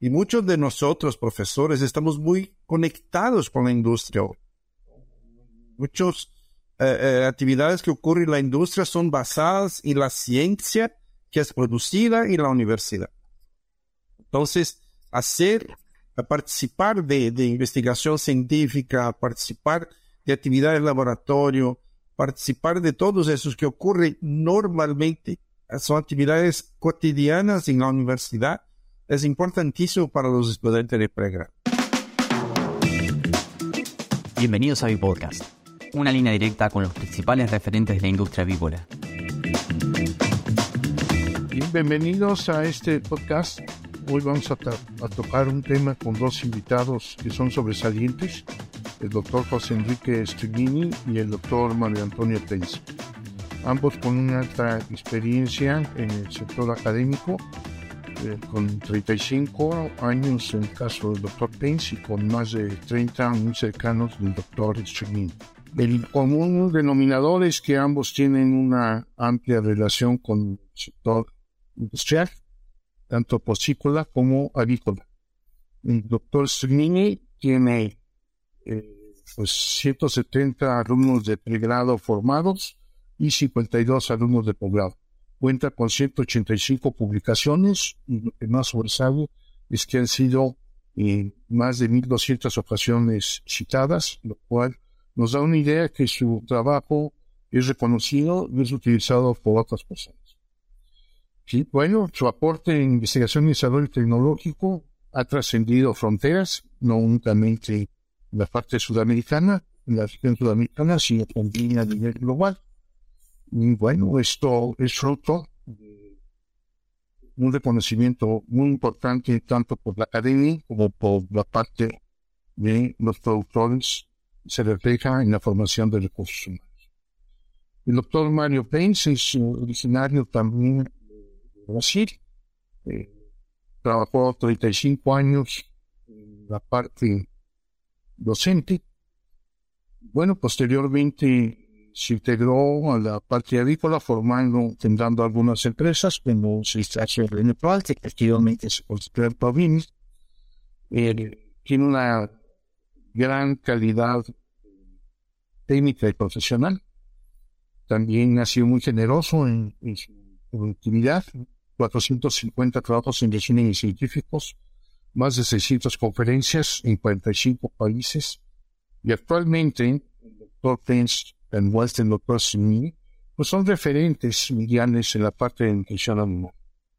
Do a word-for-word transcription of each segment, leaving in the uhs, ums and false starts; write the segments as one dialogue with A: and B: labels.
A: Y muchos de nosotros, profesores, estamos muy conectados con la industria. Muchas eh, eh, actividades que ocurren en la industria son basadas en la ciencia que es producida en la universidad. Entonces, hacer, participar de, de investigación científica, participar de actividades de laboratorio, participar de todos esos que ocurren normalmente, son actividades cotidianas en la universidad, es importantísimo para los estudiantes de pregrado.
B: Bienvenidos a Bipodcast, una línea directa con los principales referentes de la industria avícola.
C: Bienvenidos a este podcast. Hoy vamos a, to- a tocar un tema con dos invitados que son sobresalientes, el doctor José Enrique Striglini y el doctor Mario Antonio Pensi, ambos con una alta experiencia en el sector académico, eh, con treinta y cinco años en el caso del doctor Pensi y con más de treinta muy cercanos del doctor Striglini. El común denominador es que ambos tienen una amplia relación con el sector industrial, tanto porcícola como avícola. El doctor Striglini tiene eh, pues ciento setenta alumnos de pregrado formados y cincuenta y dos alumnos de posgrado. Cuenta con ciento ochenta y cinco publicaciones y lo que más sobresale es que han sido en más de mil doscientas ocasiones citadas, lo cual nos da una idea que su trabajo es reconocido y es utilizado por otras personas. Sí, bueno, su aporte en investigación y desarrollo tecnológico ha trascendido fronteras, no únicamente en la parte sudamericana, en la región sudamericana, sino también a nivel global. Y bueno, esto es fruto de un reconocimiento muy importante tanto por la academia como por la parte de los productores, se refleja en la formación de recursos humanos. El doctor Mario Pensi es originario también Brasil, eh, trabajó treinta y cinco años en la parte docente. Bueno, posteriormente se integró a la parte avícola, formando, fundando algunas empresas, como se hizo en Nepal, que efectivamente se constituyó en Pavini. Eh, tiene una gran calidad técnica y profesional. También ha sido muy generoso en, en su productividad. cuatrocientos cincuenta trabajos en ingeniería científicos, más de seiscientas conferencias en cuarenta y cinco países, y actualmente el doctor Pensi, el el doctor Striglini, pues son referentes mundiales en la parte de nutrición animal.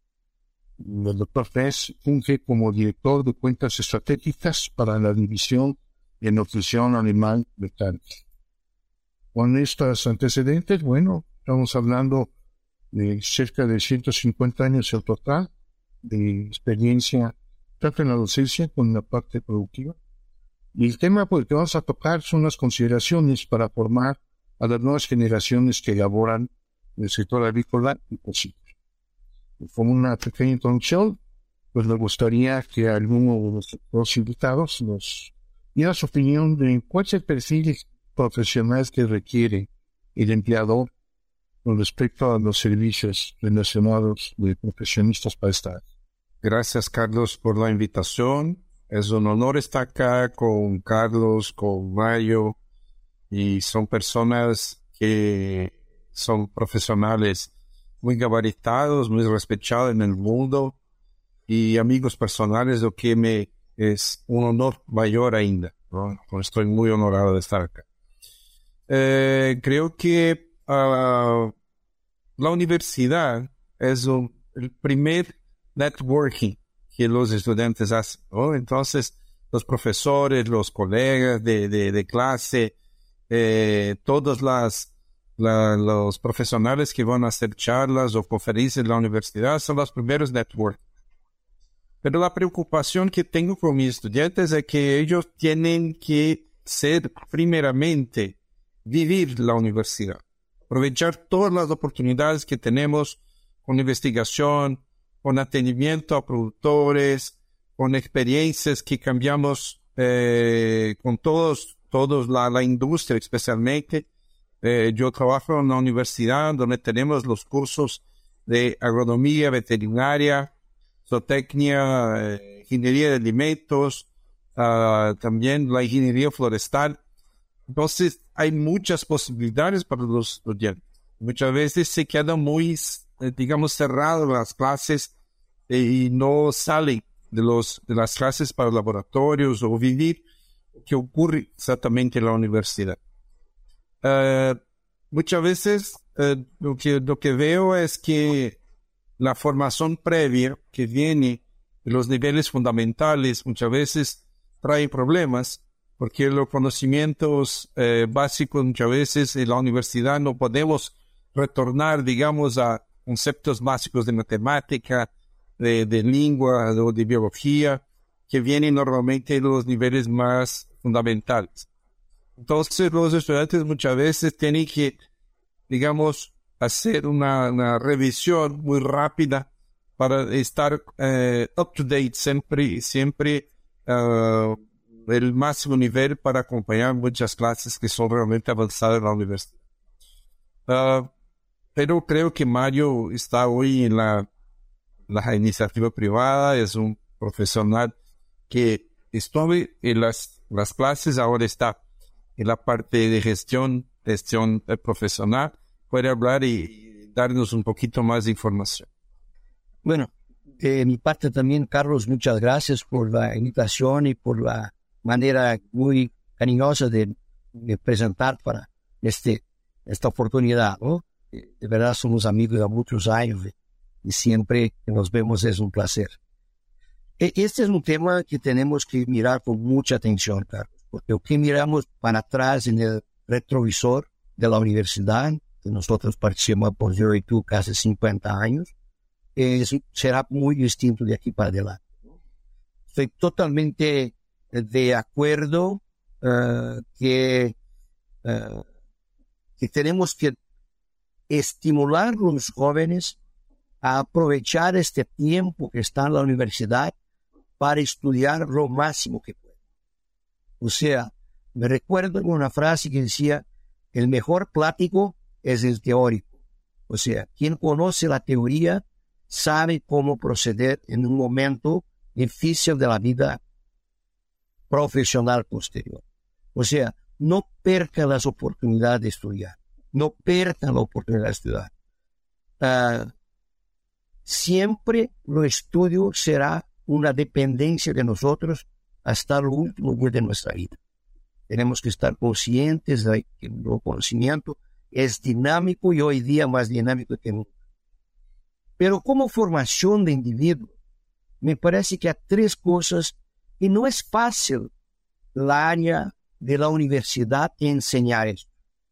C: El doctor Pensi funge como director de cuentas estratégicas para la división de nutrición animal británica. Con estos antecedentes, bueno, estamos hablando de cerca de ciento cincuenta años en total de experiencia, tanto en la docencia como en la parte productiva. Y el tema por el que vamos a tocar son las consideraciones para formar a las nuevas generaciones que elaboran el sector avícola y porcícola. Como una pequeña introducción, pues me gustaría que alguno de los invitados nos diera su opinión de cuál es el perfil profesional que requiere el empleador con respecto a los servicios relacionados de profesionistas para esta área.
A: Gracias, Carlos, por la invitación. Es un honor estar acá con Carlos, con Mario, y son personas que son profesionales muy gabaritados, muy respetados en el mundo, y amigos personales, lo que me es un honor mayor ainda, ¿no? Estoy muy honorado de estar acá. Eh, creo que Uh, la universidad es un, el primer networking que los estudiantes hacen, ¿no? Entonces, los profesores, los colegas de, de, de clase, eh, todos las, la, los profesionales que van a hacer charlas o conferencias en la universidad son los primeros networking. Pero la preocupación que tengo con mis estudiantes es que ellos tienen que ser, primeramente, vivir la universidad. Aprovechar todas las oportunidades que tenemos con investigación, con atendimiento a productores, con experiencias que cambiamos eh, con todos, todos la, la industria especialmente. Eh, yo trabajo en una universidad donde tenemos los cursos de agronomía, veterinaria, zootecnia, eh, ingeniería de alimentos, uh, también la ingeniería forestal. Entonces, hay muchas posibilidades para los estudiantes. Muchas veces se quedan muy, eh, digamos, cerradas las clases eh, y no salen de, los, de las clases para laboratorios o vivir lo que ocurre exactamente en la universidad. Uh, muchas veces uh, lo, que, lo que veo es que la formación previa que viene de los niveles fundamentales muchas veces trae problemas, porque los conocimientos eh, básicos muchas veces en la universidad no podemos retornar, digamos, a conceptos básicos de matemática, de, de lengua o de biología, que vienen normalmente en los niveles más fundamentales. Entonces los estudiantes muchas veces tienen que, digamos, hacer una, una revisión muy rápida para estar eh, up to date siempre, siempre uh, el máximo nivel para acompañar muchas clases que son realmente avanzadas en la universidad. Uh, pero creo que Mario está hoy en la, la iniciativa privada, es un profesional que estuve en las, las clases, ahora está en la parte de gestión, gestión eh, profesional. Puede hablar y, y darnos un poquito más de información.
D: Bueno, de mi parte también, Carlos, muchas gracias por la invitación y por la manera muy cariñosa de, de presentar para este, esta oportunidad, ¿no? De verdad somos amigos de muchos años y siempre que nos vemos es un placer. Este es un tema que tenemos que mirar con mucha atención, Carlos, porque lo que miramos para atrás en el retrovisor de la universidad, que nosotros participamos, yo y tú, casi cincuenta años, es, será muy distinto de aquí para adelante. Estoy totalmente de acuerdo uh, que, uh, que tenemos que estimular a los jóvenes a aprovechar este tiempo que está en la universidad para estudiar lo máximo que puedan. O sea, me recuerdo una frase que decía, el mejor plático es el teórico. O sea, quien conoce la teoría sabe cómo proceder en un momento difícil de la vida profesional posterior. O sea, no perca las oportunidades de estudiar. No perca la oportunidad de estudiar. Uh, siempre lo estudio será una dependencia de nosotros hasta el último día de nuestra vida. Tenemos que estar conscientes de que el conocimiento es dinámico y hoy día más dinámico que nunca. Pero como formación de individuo, me parece que hay tres cosas y no es fácil la área de la universidad enseñar esto.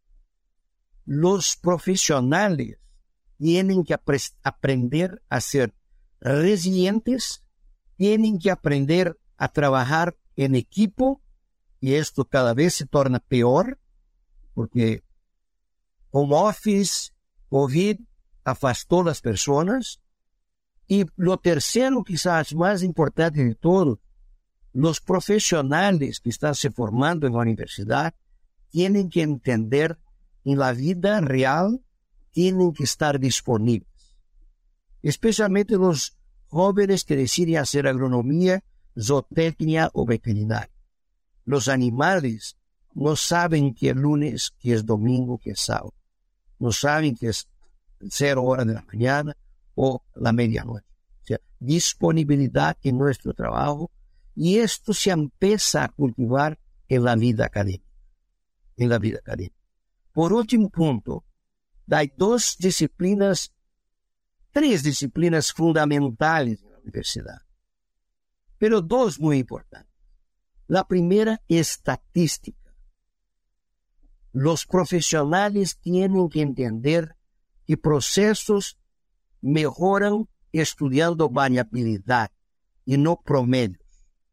D: Los profesionales tienen que apre- aprender a ser resilientes, tienen que aprender a trabajar en equipo, y esto cada vez se torna peor, porque home office, COVID, afastó a las personas. Y lo tercero, quizás más importante de todo, los profesionales que están se formando en la universidad tienen que entender en la vida real, tienen que estar disponibles. Especialmente los jóvenes que deciden hacer agronomía, zootecnia o veterinaria. Los animales no saben que es lunes, que es domingo, que es sábado. No saben que es cero horas de la mañana o la medianoche. O sea, disponibilidad en nuestro trabajo, y esto se empieza a cultivar en la vida académica. En la vida académica. Por último punto, hay dos disciplinas, tres disciplinas fundamentales en la universidad, pero dos muy importantes. La primera, estadística. Los profesionales tienen que entender que procesos mejoran estudiando variabilidad y no promedios.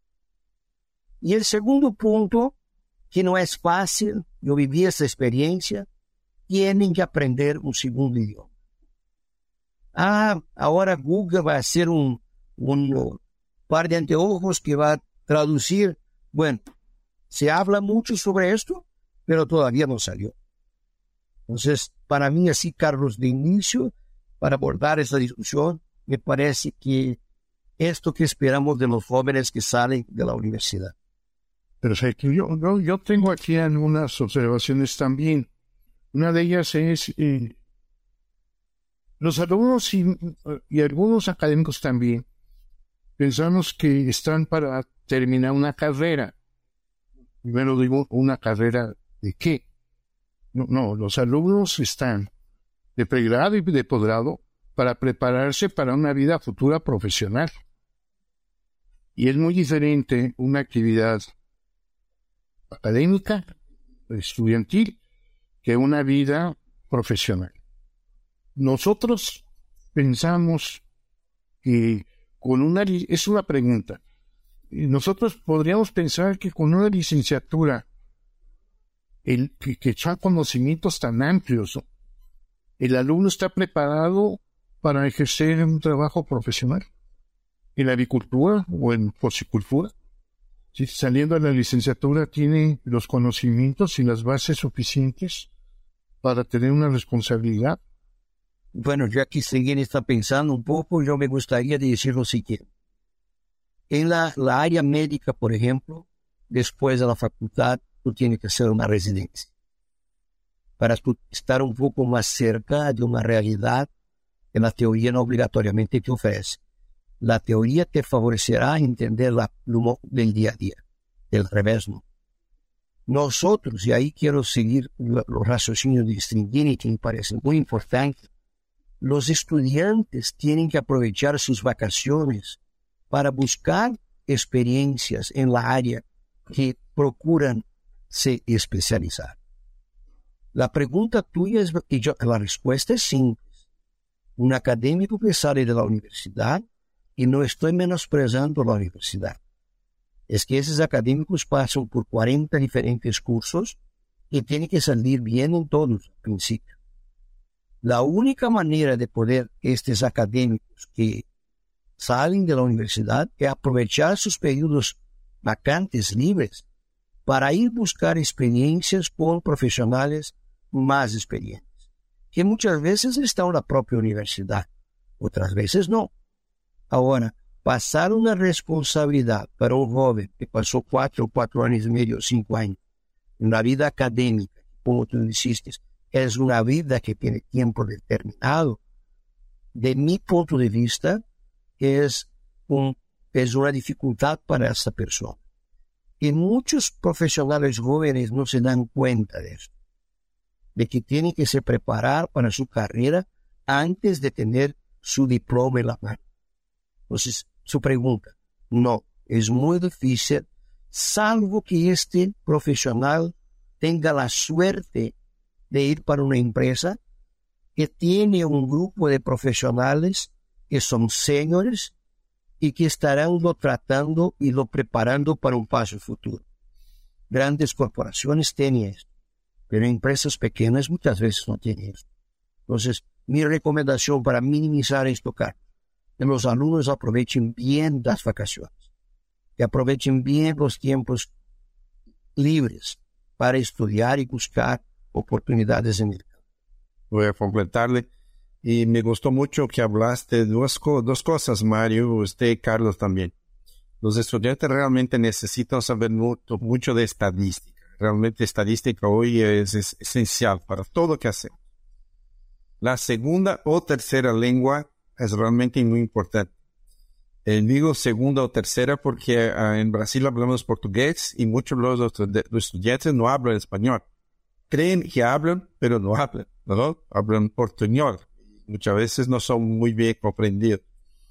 D: Y el segundo punto, que no es fácil, yo viví esa experiencia, tienen que aprender un segundo idioma. Ah, ahora Google va a hacer un, un par de anteojos que va a traducir. Bueno, se habla mucho sobre esto, pero todavía no salió. Entonces, para mí, así, Carlos, de inicio, para abordar esta discusión, me parece que esto que esperamos de los jóvenes que salen de la universidad.
C: Perfecto. Yo, yo, yo tengo aquí algunas observaciones también. Una de ellas es, eh, los alumnos y, y algunos académicos también pensamos que están para terminar una carrera. Primero digo, ¿una carrera de qué? No, no, los alumnos están de pregrado y de posgrado para prepararse para una vida futura profesional. Y es muy diferente una actividad académica, estudiantil, que una vida profesional. Nosotros pensamos que con una... Es una pregunta. Nosotros podríamos pensar que con una licenciatura, el, que, que son conocimientos tan amplios, el alumno está preparado para ejercer un trabajo profesional en la avicultura o en porcicultura. Si saliendo de la licenciatura tiene los conocimientos y las bases suficientes para tener una responsabilidad.
D: Bueno, ya que Seguín está pensando un poco, yo me gustaría decir lo siguiente. En la, la área médica, por ejemplo, después de la facultad, tú tienes que hacer una residencia para tú estar un poco más cerca de una realidad que la teoría no obligatoriamente te ofrece. La teoría te favorecerá entender la pluma del día a día, del revés no. Nosotros, y ahí quiero seguir los raciocinios de Stringini, que me parecen muy importantes, los estudiantes tienen que aprovechar sus vacaciones para buscar experiencias en la área que procuran se especializar. La pregunta tuya es, y yo, la respuesta es simple. Un académico que sale de la universidad, y no estoy menosprezando la universidad, es que esos académicos pasan por cuarenta diferentes cursos y tienen que salir bien en todos al principio. La única manera de poder estos académicos que salen de la universidad es aprovechar sus periodos vacantes libres para ir buscar experiencias con profesionales más experientes, que muchas veces están en la propia universidad, otras veces no. Ahora, pasar una responsabilidad para un joven que pasó cuatro, cuatro años y medio, cinco años, en la vida académica, como tú dijiste, es una vida que tiene tiempo determinado. De mi punto de vista, es, un, es una dificultad para esta persona. Y muchos profesionales jóvenes no se dan cuenta de esto, de que tienen que se preparar para su carrera antes de tener su diploma en la mano. Entonces, su pregunta, no, es muy difícil, salvo que este profesional tenga la suerte de ir para una empresa que tiene un grupo de profesionales que son seniors y que estarán lo tratando y lo preparando para un paso futuro. Grandes corporaciones tienen esto, pero empresas pequeñas muchas veces no tienen esto. Entonces, mi recomendación para minimizar esto, Carlos, que los alumnos aprovechen bien las vacaciones, que aprovechen bien los tiempos libres para estudiar y buscar oportunidades en el campo.
A: Voy a completarle. Y me gustó mucho que hablaste de dos, co- dos cosas, Mario, usted y Carlos también. Los estudiantes realmente necesitan saber mucho, mucho de estadística. Realmente estadística hoy es, es esencial para todo lo que hacemos. La segunda o tercera lengua es realmente muy importante. Eh, digo segunda o tercera porque uh, en Brasil hablamos portugués y muchos de los, de los estudiantes no hablan español. Creen que hablan, pero no hablan, ¿no? Hablan portuñol. Muchas veces no son muy bien comprendidos.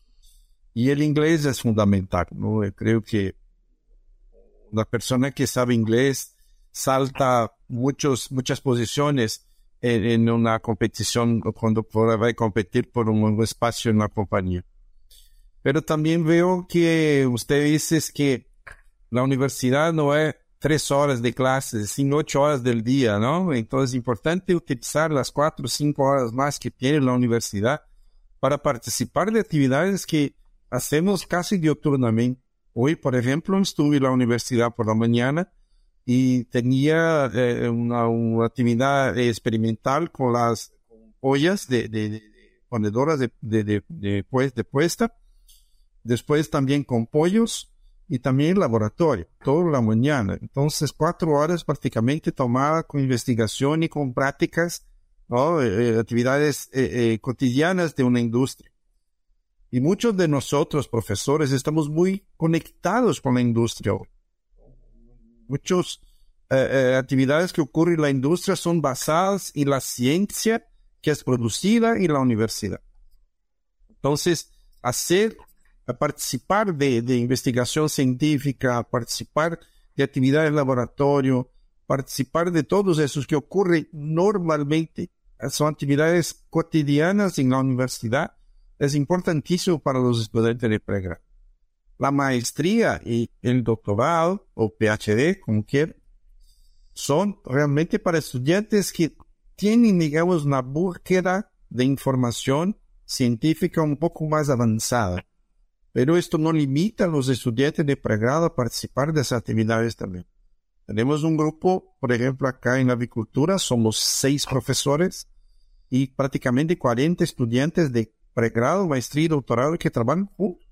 A: Y el inglés es fundamental, ¿no? Yo creo que una persona que sabe inglés salta muchos, muchas posiciones en, en una competición cuando va a competir por un, un espacio en la compañía. Pero también veo que usted dice que la universidad no es tres horas de clases, sino ocho horas del día, ¿no? Entonces es importante utilizar las cuatro o cinco horas más que tiene la universidad para participar de actividades que hacemos casi diuturnamente. Hoy, por ejemplo, estuve en la universidad por la mañana y tenía eh, una, una actividad experimental con las ollas de, de, de, de ponedoras de, de, de, de, pues, de puesta después también con pollos y también laboratorio, toda la mañana. Entonces, cuatro horas prácticamente tomaba con investigación y con prácticas, ¿no? eh, actividades eh, eh, cotidianas de una industria. Y muchos de nosotros, profesores, estamos muy conectados con la industria hoy. Muchas eh, eh, actividades que ocurren en la industria son basadas en la ciencia que es producida en la universidad. Entonces, hacer, participar de, de investigación científica, participar de actividades de laboratorio, participar de todos esos que ocurren normalmente, son actividades cotidianas en la universidad, es importantísimo para los estudiantes de pregrado. La maestría y el doctorado, o P H D, como quieran, son realmente para estudiantes que tienen, digamos, una búsqueda de información científica un poco más avanzada. Pero esto no limita a los estudiantes de pregrado a participar de esas actividades también. Tenemos un grupo, por ejemplo, acá en la avicultura, somos seis profesores y prácticamente cuarenta estudiantes de pregrado, maestría y doctorado que trabajan juntos.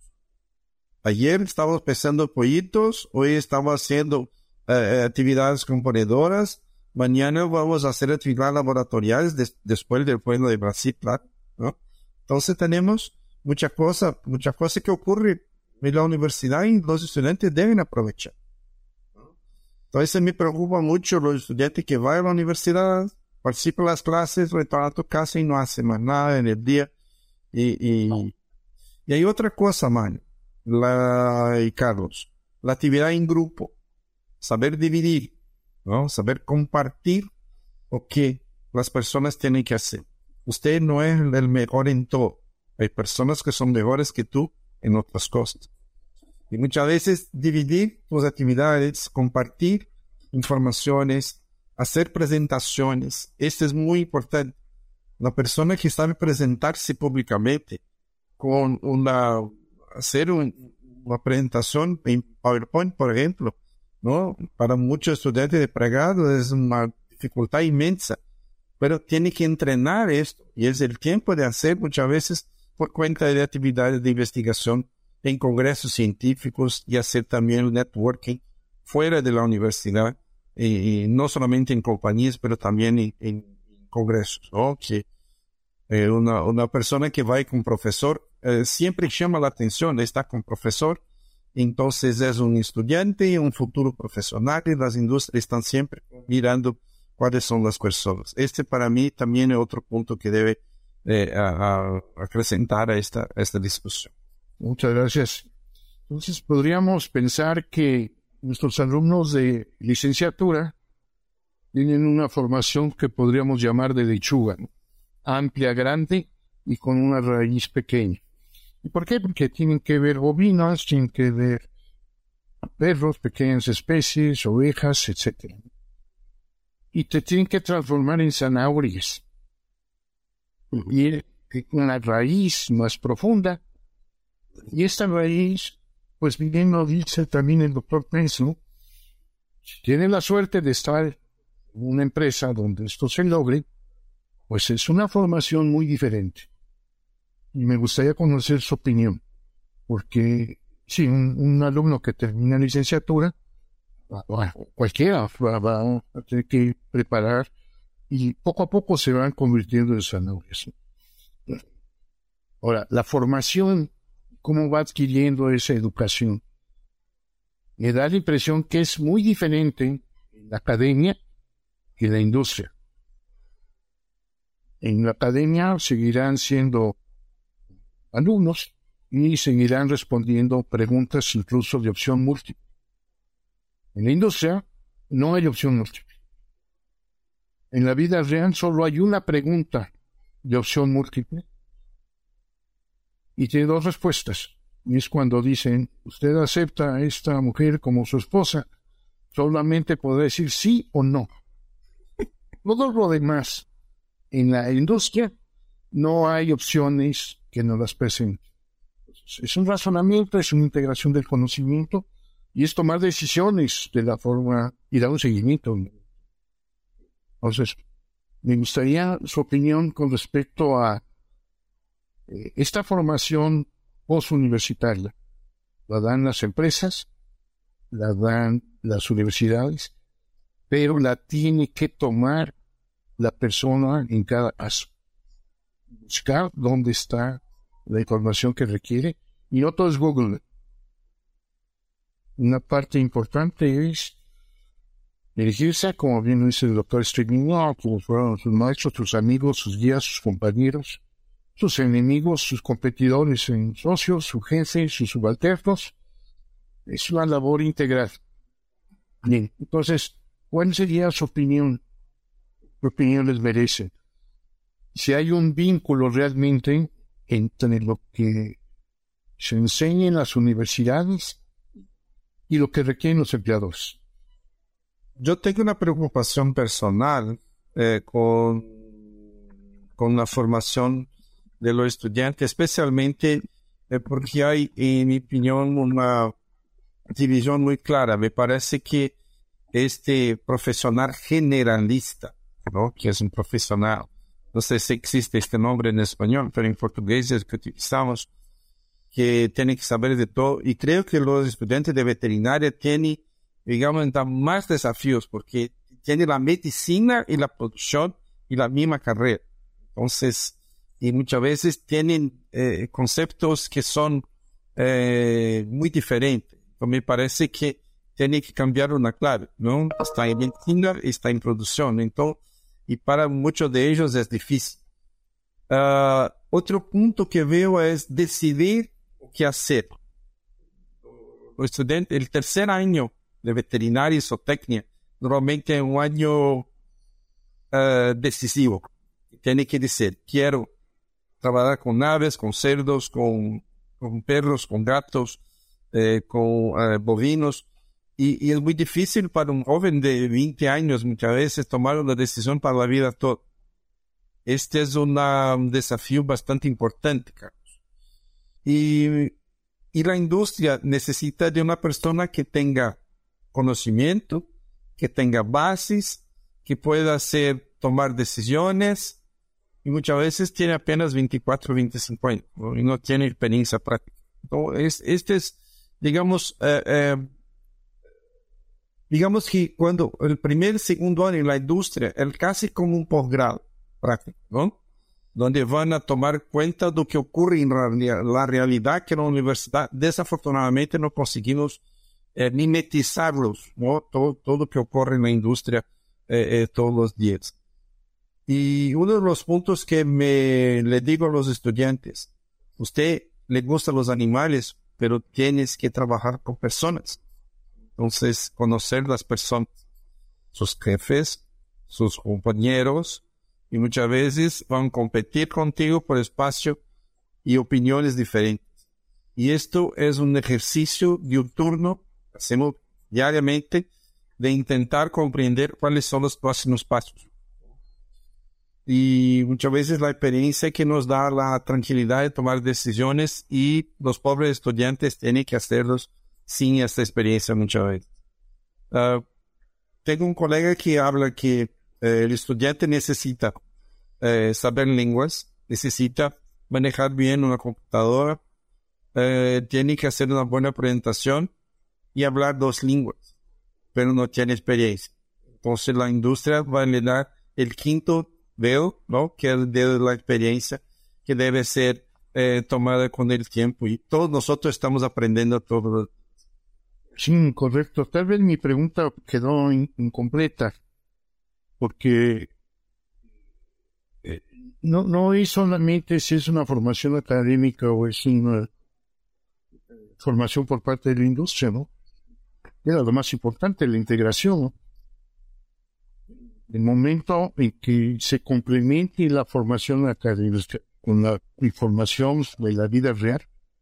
A: Ayer estábamos pesando pollitos, hoy estamos haciendo eh, actividades componedoras, mañana vamos a hacer actividades laboratoriales des, después del pueblo de Brasil, claro, ¿no? Entonces tenemos muchas cosas, muchas cosas que ocurren en la universidad y los estudiantes deben aprovechar. Entonces me preocupa mucho los estudiantes que van a la universidad, participan en las clases, retornan a tu casa y no hacen más nada en el día. Y, y, y hay otra cosa, man, la, y Carlos, la actividad en grupo, saber dividir, ¿no? Saber compartir lo que las personas tienen que hacer. Usted no es el mejor en todo. Hay personas que son mejores que tú en otras cosas. Y muchas veces dividir tus actividades, compartir informaciones, hacer presentaciones. Esto es muy importante. La persona que sabe presentarse públicamente con una, hacer un, una presentación en PowerPoint, por ejemplo, ¿no? Para muchos estudiantes de pregrado es una dificultad inmensa, pero tiene que entrenar esto y es el tiempo de hacer muchas veces por cuenta de actividades de investigación en congresos científicos y hacer también networking fuera de la universidad, y, y no solamente en compañías, pero también en, en congresos, ¿no? Que eh, una, una persona que va con profesor eh, siempre llama la atención, está con profesor, entonces es un estudiante y un futuro profesional, y las industrias están siempre mirando cuáles son las personas. Este para mí también es otro punto que debe eh, a, a acrecentar a esta, a esta discusión.
C: Muchas gracias. Entonces podríamos pensar que nuestros alumnos de licenciatura tienen una formación que podríamos llamar de lechuga, ¿no? Amplia, grande y con una raíz pequeña. ¿Y por qué? Porque tienen que ver bovinos, tienen que ver perros, pequeñas especies, ovejas, etcétera. Y te tienen que transformar en zanahorias. Y una raíz más profunda. Y esta raíz, pues bien lo dice también el doctor Pence, ¿no? Si tiene la suerte de estar en una empresa donde esto se logre, pues es una formación muy diferente. Y me gustaría conocer su opinión, porque sí, un, un alumno que termina licenciatura, bueno, cualquiera va, va a tener que preparar y poco a poco se van convirtiendo en zanahorias. Ahora, la formación, ¿cómo va adquiriendo esa educación? Me da la impresión que es muy diferente en la academia que en la industria. En la academia seguirán siendo alumnos y seguirán respondiendo preguntas incluso de opción múltiple. En la industria no hay opción múltiple. En la vida real solo hay una pregunta de opción múltiple y tiene dos respuestas. Y es cuando dicen, usted acepta a esta mujer como su esposa, solamente podrá decir sí o no. Todo lo demás, en la industria no hay opciones que nos las presenten. Es un razonamiento, es una integración del conocimiento y es tomar decisiones de la forma y dar un seguimiento. Entonces, me gustaría su opinión con respecto a eh, esta formación postuniversitaria la dan las empresas, la dan las universidades, pero la tiene que tomar la persona en cada caso. Buscar dónde está la información que requiere, y no todo es Google. Una parte importante es dirigirse, como bien lo dice el doctor Strickland, como fueron sus maestros, sus amigos, sus guías, sus compañeros, sus enemigos, sus competidores en socios, su jefe, sus subalternos. Es una labor integral. Bien, entonces, ¿cuál sería su opinión? ¿Qué opinión les merece? Si hay un vínculo realmente entre lo que se enseña en las universidades y lo que requieren los empleadores.
A: Yo tengo una preocupación personal eh, con, con la formación de los estudiantes, especialmente eh, porque hay, en mi opinión, una división muy clara. Me parece que este profesional generalista, ¿no?, que es un profesional, no sé si existe este nombre en español, pero en portugués es que utilizamos, que tiene que saber de todo, y creo que los estudiantes de veterinaria tienen, digamos, más desafíos, porque tienen la medicina y la producción y la misma carrera. Entonces, y muchas veces tienen eh, conceptos que son eh, muy diferentes. Entonces, me parece que tiene que cambiar una clave, ¿no? Está en medicina y está en producción. Entonces, y para muchos de ellos es difícil. Uh, otro punto que veo es decidir qué hacer. Los estudiantes, el tercer año de veterinaria y zootecnia, normalmente es un año uh, decisivo. Tiene que decir, quiero trabajar con aves, con cerdos, con, con perros, con gatos, eh, con uh, bovinos. Y, y es muy difícil para un joven de veinte años muchas veces tomar una decisión para la vida toda. Este es una, un desafío bastante importante, Carlos. Y, y la industria necesita de una persona que tenga conocimiento, que tenga bases, que pueda hacer, tomar decisiones, y muchas veces tiene apenas veinticuatro, veinticinco años, ¿no? Y no tiene experiencia práctica. Entonces, este es, digamos, eh, eh, digamos que cuando el primer, segundo año en la industria es casi como un posgrado práctico, ¿no? Donde van a tomar cuenta de lo que ocurre en la, la realidad, que en la universidad desafortunadamente no conseguimos eh, mimetizarlos, ¿no? Todo, todo lo que ocurre en la industria eh, eh, todos los días. Y uno de los puntos que me le digo a los estudiantes, usted le gustan los animales, pero tienes que trabajar con personas. Entonces, conocer las personas, sus jefes, sus compañeros, y muchas veces van a competir contigo por espacio y opiniones diferentes. Y esto es un ejercicio diurno, hacemos diariamente, de intentar comprender cuáles son los próximos pasos. Y muchas veces la experiencia que nos da la tranquilidad de tomar decisiones, y los pobres estudiantes tienen que hacerlos sin esta experiencia muchas veces. Uh, tengo un colega que habla que eh, el estudiante necesita eh, saber lenguas, necesita manejar bien una computadora, eh, tiene que hacer una buena presentación y hablar dos lenguas, pero no tiene experiencia. Entonces la industria va a le dar el quinto veo, ¿no?, que es de la experiencia, que debe ser eh, tomada con el tiempo, y todos nosotros estamos aprendiendo todo.
C: Sí, correcto. Tal vez mi pregunta quedó in- incompleta, porque eh, no, no es solamente si es una formación académica o es una formación por parte de la industria, ¿no? Era lo más importante, la integración, ¿no? El momento en que se complemente la formación académica con la información de la vida real,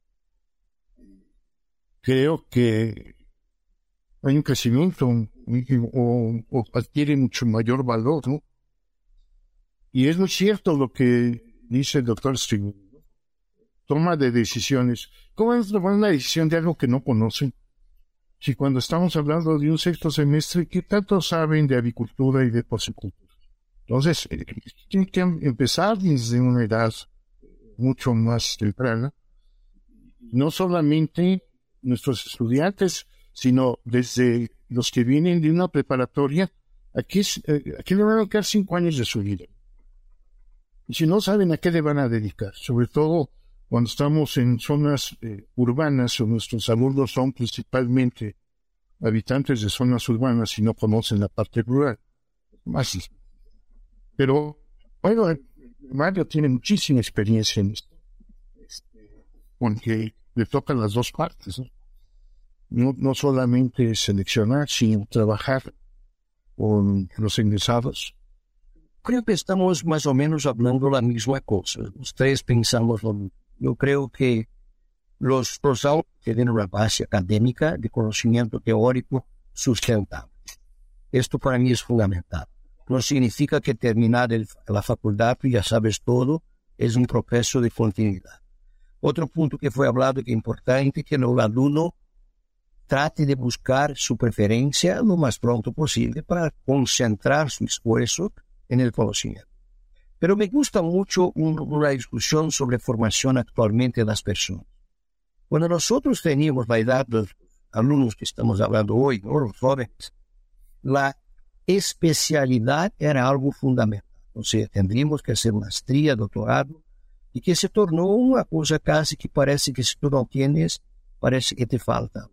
C: creo que hay un crecimiento o, o adquiere mucho mayor valor, ¿no? Y es muy cierto lo que dice el doctor Strickland. Toma de decisiones. ¿Cómo es tomar una decisión de algo que no conocen? Si cuando estamos hablando de un sexto semestre, ¿qué tanto saben de avicultura y de porcicultura? Entonces, eh, tienen que empezar desde una edad mucho más temprana. No solamente nuestros estudiantes, sino desde los que vienen de una preparatoria. Aquí, es, eh, aquí le van a quedar cinco años de su vida. Y si no saben a qué le van a dedicar, sobre todo cuando estamos en zonas eh, urbanas o nuestros alumnos son principalmente habitantes de zonas urbanas y no conocen la parte rural. Más. Pero, bueno, Mario tiene muchísima experiencia en esto, este, porque le tocan las dos partes, ¿no? No, no solamente seleccionar, sino trabajar con los egresados.
D: Creo que estamos más o menos hablando la misma cosa. Ustedes pensamos lo mismo. Yo creo que los profesores tienen una base académica de conocimiento teórico sustentable. Esto para mí es fundamental. No significa que terminar el, la facultad y ya sabes todo, es un proceso de continuidad. Otro punto que fue hablado que es importante es que el alumno trate de buscar su preferencia lo más pronto posible para concentrar su esfuerzo en el conocimiento. Pero me gusta mucho un, una discusión sobre formación actualmente de las personas. Cuando nosotros teníamos la edad de los alumnos que estamos hablando hoy, ¿no? Los jóvenes, la especialidad era algo fundamental. O sea, tendríamos que hacer maestría, doctorado, y que se tornó una cosa casi que parece que si tú no tienes, parece que te falta.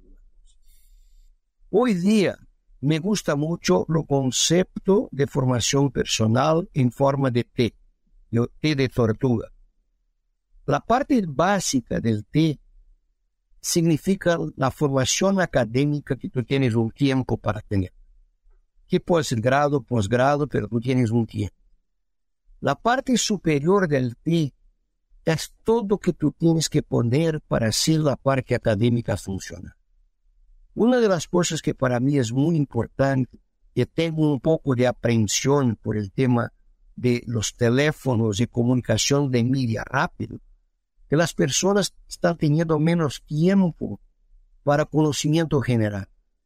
D: Hoy día me gusta mucho el concepto de formación personal en forma de T, de T de tortuga. La parte básica del T significa la formación académica que tú tienes un tiempo para tener. Que puede ser grado, posgrado, pero tú tienes un tiempo. La parte superior del T es todo que tú tienes que poner para hacer la parte académica funcionar. Una de las cosas que para mí es muy importante, que tengo un poco de aprehensión por el tema de los teléfonos y comunicación de media rápido, que las personas están teniendo menos tiempo para conocimiento general,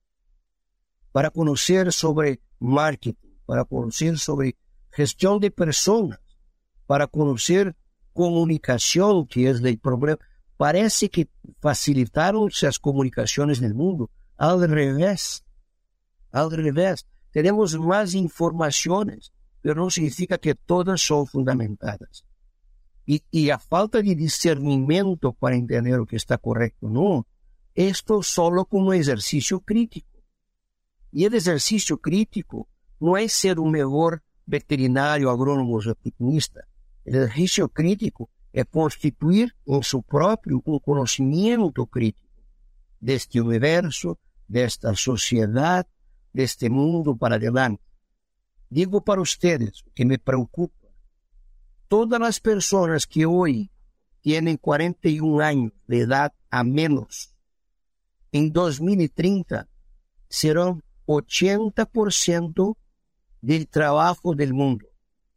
D: para conocer sobre marketing, para conocer sobre gestión de personas, para conocer comunicación, que es el problema. Parece que facilitaron las comunicaciones en el mundo. Al revés, al revés. Tenemos más informaciones, pero no significa que todas son fundamentadas. Y, y a falta de discernimiento para entender lo que está correcto, no. Esto solo como ejercicio crítico. Y el ejercicio crítico no es ser un mejor veterinario, agrónomo o zootecnista. El ejercicio crítico es constituir en su propio un conocimiento crítico de este universo, de esta sociedad, de este mundo para adelante. Digo para ustedes que me preocupa, todas las personas que hoy tienen cuarenta y un años de edad a menos, en dos mil treinta serán ochenta por ciento del trabajo del mundo.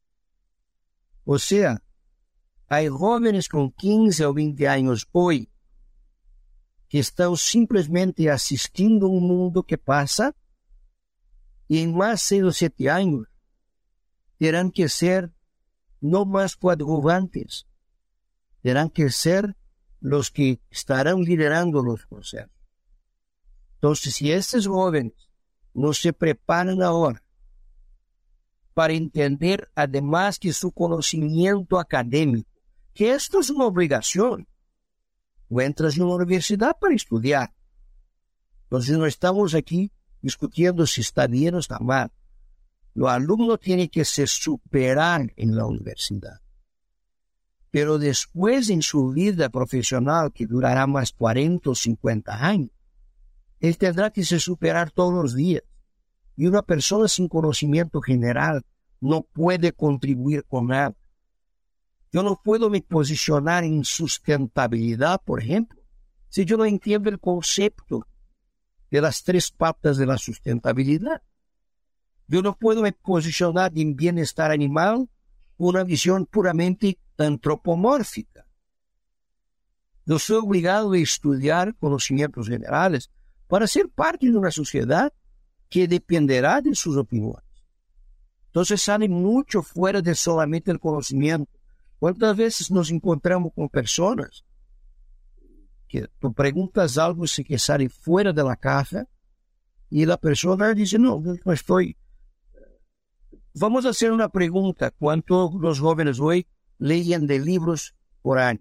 D: O sea, hay jóvenes con quince o veinte años hoy que están simplemente asistiendo a un mundo que pasa y en más seis o siete años tendrán que ser no más coadjuvantes, tendrán que ser los que estarán liderando los procesos. Entonces, si estos jóvenes no se preparan ahora para entender, además que su conocimiento académico, que esto es una obligación, o entras en una universidad para estudiar. Entonces no estamos aquí discutiendo si está bien o está mal. Los alumnos tienen que se superar en la universidad. Pero después en su vida profesional, que durará más cuarenta o cincuenta años, él tendrá que se superar todos los días. Y una persona sin conocimiento general no puede contribuir con nada. Yo no puedo me posicionar en sustentabilidad, por ejemplo, si yo no entiendo el concepto de las tres patas de la sustentabilidad. Yo no puedo me posicionar en bienestar animal con una visión puramente antropomórfica. Yo soy obligado a estudiar conocimientos generales para ser parte de una sociedad que dependerá de sus opiniones. Entonces sale mucho fuera de solamente el conocimiento. ¿Cuántas veces nos encontramos con personas que tú preguntas algo que sale fuera de la caja y la persona dice, no, no estoy. Vamos a hacer una pregunta. ¿Cuántos los jóvenes hoy leen de libros por año?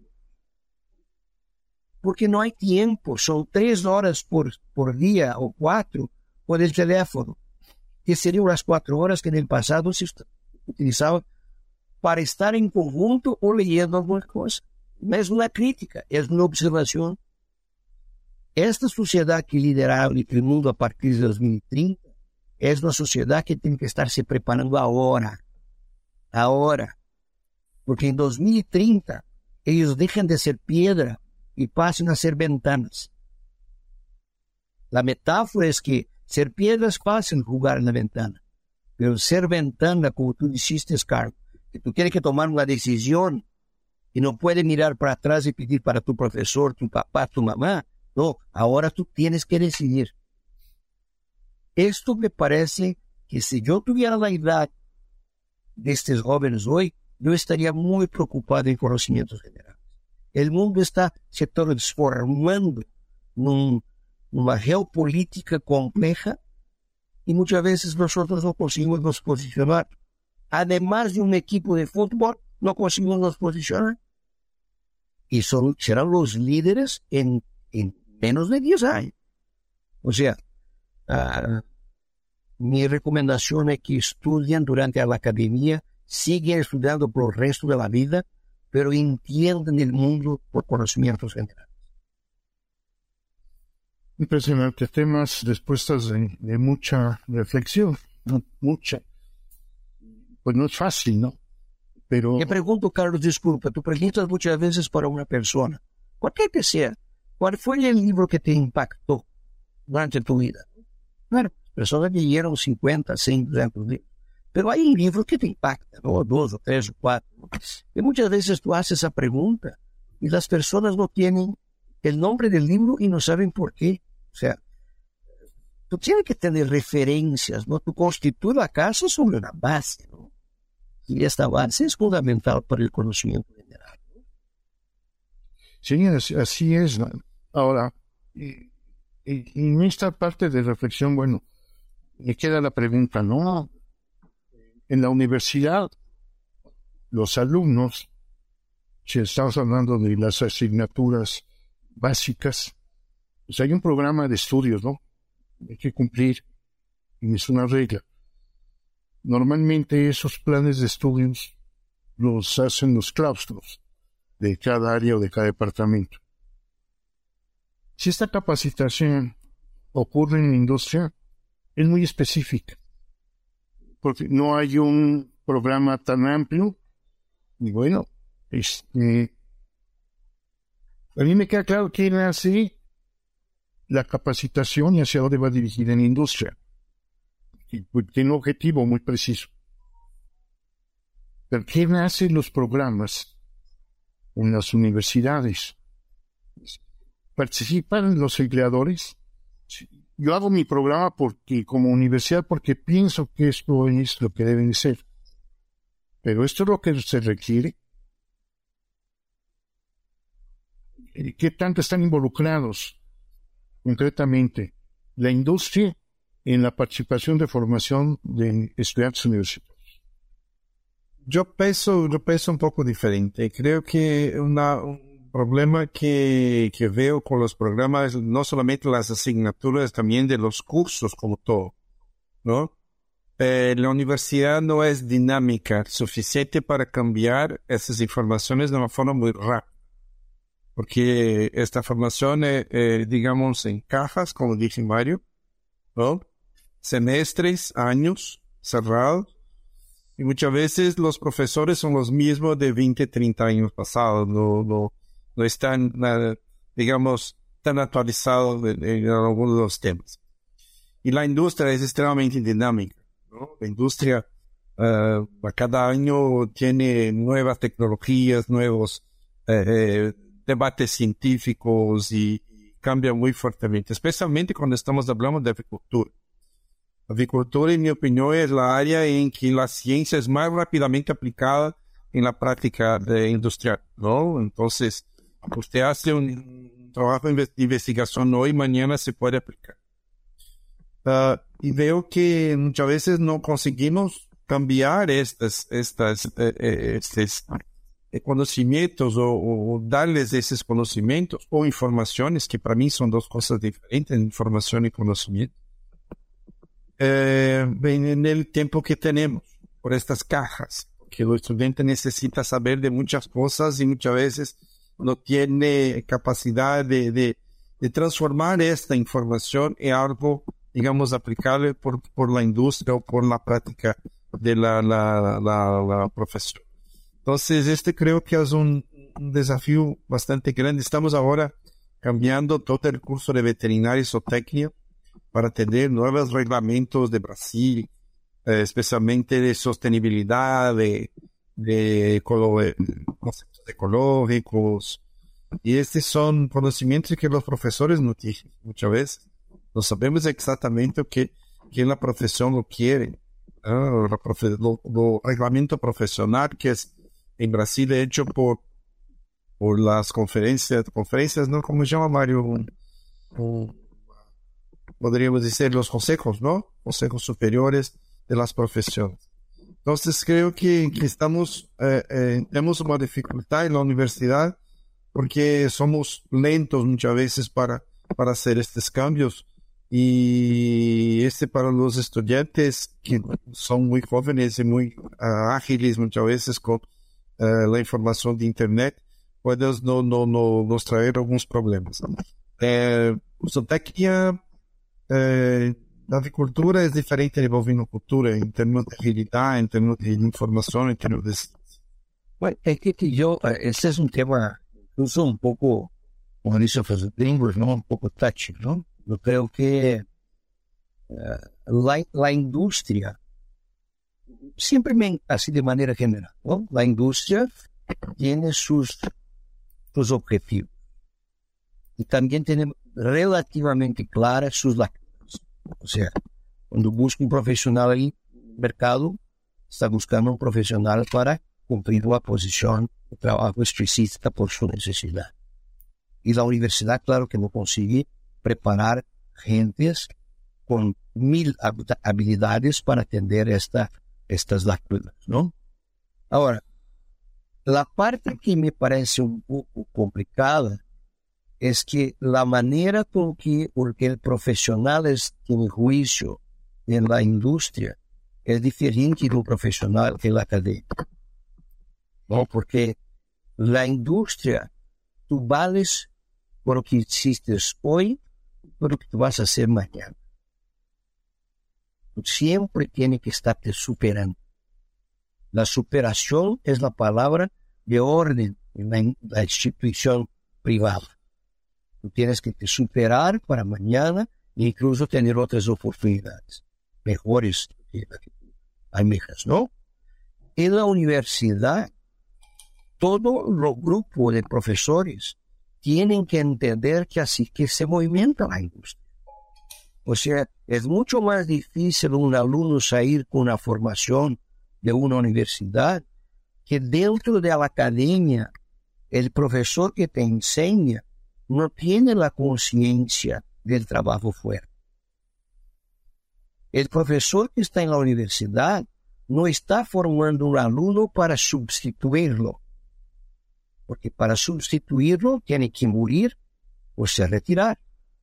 D: Porque no hay tiempo. Son tres horas por, por día o cuatro por el teléfono. Que serían las cuatro horas que en el pasado se utilizaban para estar en conjunto o leyendo alguna cosa. No es una crítica, es una observación. Esta sociedad que liderará el mundo a partir de dos mil treinta es una sociedad que tiene que estarse preparando ahora. Ahora. Porque en dos mil treinta ellos dejan de ser piedra y pasan a ser ventanas. La metáfora es que ser piedra es fácil jugar en la ventana. Pero ser ventana, como tú dijiste, Carlos, que tú tienes que tomar una decisión y no puedes mirar para atrás y pedir para tu profesor, tu papá, tu mamá. No, ahora tú tienes que decidir. Esto me parece que si yo tuviera la edad de estos jóvenes hoy, yo estaría muy preocupado en conocimientos generales. El mundo está se transformando en una geopolítica compleja y muchas veces nosotros no conseguimos nos posicionar. Además de un equipo de fútbol, no conseguimos nos posicionar. Y son, serán los líderes en, en menos de diez años. O sea, uh, mi recomendación es que estudien durante la academia, sigan estudiando por el resto de la vida, pero entiendan el mundo por conocimientos generales.
C: Impresionante, temas, respuestas de, de mucha reflexión, ¿no? Mucha. Pues no es fácil, ¿no? Pero...
D: Te pregunto, Carlos, disculpa, tú preguntas muchas veces para una persona, cualquier que sea, ¿cuál fue el libro que te impactó durante tu vida? Bueno, personas que leyeron cincuenta, cien, doscientos libros, pero hay un libro que te impacta, ¿no? Dos o tres o cuatro. Y muchas veces tú haces esa pregunta y las personas no tienen el nombre del libro y no saben por qué. O sea, tú tienes que tener referencias, ¿no? Tú constituyes la casa sobre una base, ¿no? Y esta base es fundamental para el conocimiento general, ¿no?
C: Sí, así, así es. Ahora, y, y, en esta parte de reflexión, bueno, me queda la pregunta, ¿no? En la universidad, los alumnos, si estamos hablando de las asignaturas básicas, pues hay un programa de estudios, ¿no? Hay que cumplir, y es una regla. Normalmente esos planes de estudios los hacen los claustros de cada área o de cada departamento. Si esta capacitación ocurre en la industria, es muy específica, porque no hay un programa tan amplio. Y bueno, este, a mí me queda claro quién hace la capacitación y hacia dónde va dirigida en la industria. Y tiene un objetivo muy preciso. Pero ¿quién hace los programas en las universidades? ¿Participan los empleadores? Yo hago mi programa porque, como universidad, porque pienso que esto es lo que deben ser. Pero esto es lo que se requiere. ¿Qué tanto están involucrados concretamente la industria en la participación de formación de estudiantes universitarios?
A: Yo pienso, yo pienso un poco diferente. Creo que una, un problema que, que veo con los programas, no solamente las asignaturas, también de los cursos como todo, ¿no? Eh, la universidad no es dinámica suficiente para cambiar esas informaciones de una forma muy rápida. Porque esta formación, eh, eh, digamos, en cajas, como dije Mario, ¿no? Semestres, años, cerrados. Y muchas veces los profesores son los mismos de veinte, treinta años pasados. No, no, no están, uh, digamos, tan actualizados en, en algunos de los temas. Y la industria es extremadamente dinámica, ¿no? La industria uh, a cada año tiene nuevas tecnologías, nuevos eh, eh, debates científicos y, y cambia muy fuertemente, especialmente cuando estamos hablando de agricultura. La agricultura, en mi opinión, es la área en que la ciencia es más rápidamente aplicada en la práctica de industrial, ¿no? Entonces, Usted hace un trabajo de investigación hoy, mañana se puede aplicar. Uh, y veo que muchas veces no conseguimos cambiar estas, estas, eh, eh, estos conocimientos o, o darles esos conocimientos o informaciones, que para mí son dos cosas diferentes, información y conocimiento, eh, en el tiempo que tenemos por estas cajas, que el estudiante necesita saber de muchas cosas y muchas veces no tiene capacidad de, de, de transformar esta información en algo, digamos, aplicable por, por la industria o por la práctica de la, la, la, la profesión. Entonces, este creo que es un, un desafío bastante grande. Estamos ahora cambiando todo el curso de veterinaria y zootecnia para tener nuevos reglamentos de Brasil, eh, especialmente de sostenibilidad, de, de, de conceptos ecológicos. Y estos son conocimientos que los profesores no tienen muchas veces. No sabemos exactamente qué que la profesión lo quiere. ¿no? La profe, lo, lo reglamento profesional que es en Brasil hecho por, por las conferencias, conferencias, ¿no? ¿Cómo se llama, Mario? Un, un, podríamos decir los consejos, ¿no? Consejos superiores de las profesiones. Entonces creo que, que estamos, eh, eh, tenemos una dificultad en la universidad porque somos lentos muchas veces para, para hacer estos cambios. Y este para los estudiantes que son muy jóvenes y muy uh, ágiles muchas veces con uh, la información de internet, puedes no, no, no, nos traer algunos problemas. Eh, zootecnia, eh, la avicultura es diferente de bovinocultura en términos de agilidad, en términos de información, en términos de...
D: Bueno, es que, que yo, este es un tema incluso un poco, como dicen los gringos, ¿no? Un poco touchy, ¿no? Yo creo que uh, la, la industria, siempre me, así de manera general, ¿no? La industria tiene sus, sus objetivos y también tiene relativamente claras sus lacunas. O sea, cuando busca un profesional ahí en el mercado, está buscando un profesional para cumplir una posición de trabajo específica por su necesidad. Y la universidad, claro que no consigue preparar gentes con mil habilidades para atender esta, estas lacunas, ¿no? Ahora, la parte que me parece un poco complicada es que la manera con que porque el profesional tiene juicio en la industria es diferente de un profesional en la academia, ¿no? Porque la industria, tú vales por lo que hiciste hoy, por lo que tú vas a hacer mañana. Tú siempre tienes que estarte superando. La superación es la palabra de orden en la, en la institución privada. Tú tienes que te superar para mañana e incluso tener otras oportunidades mejores que la que tú almejas, ¿no? En la universidad, todo los grupos de profesores tienen que entender que así que se movimenta la industria. O sea, es mucho más difícil un alumno salir con una formación de una universidad que dentro de la academia el profesor que te enseña no tiene la conciencia del trabajo fuera. El profesor que está en la universidad no está formando un alumno para sustituirlo, porque para sustituirlo tiene que morir o se retirar.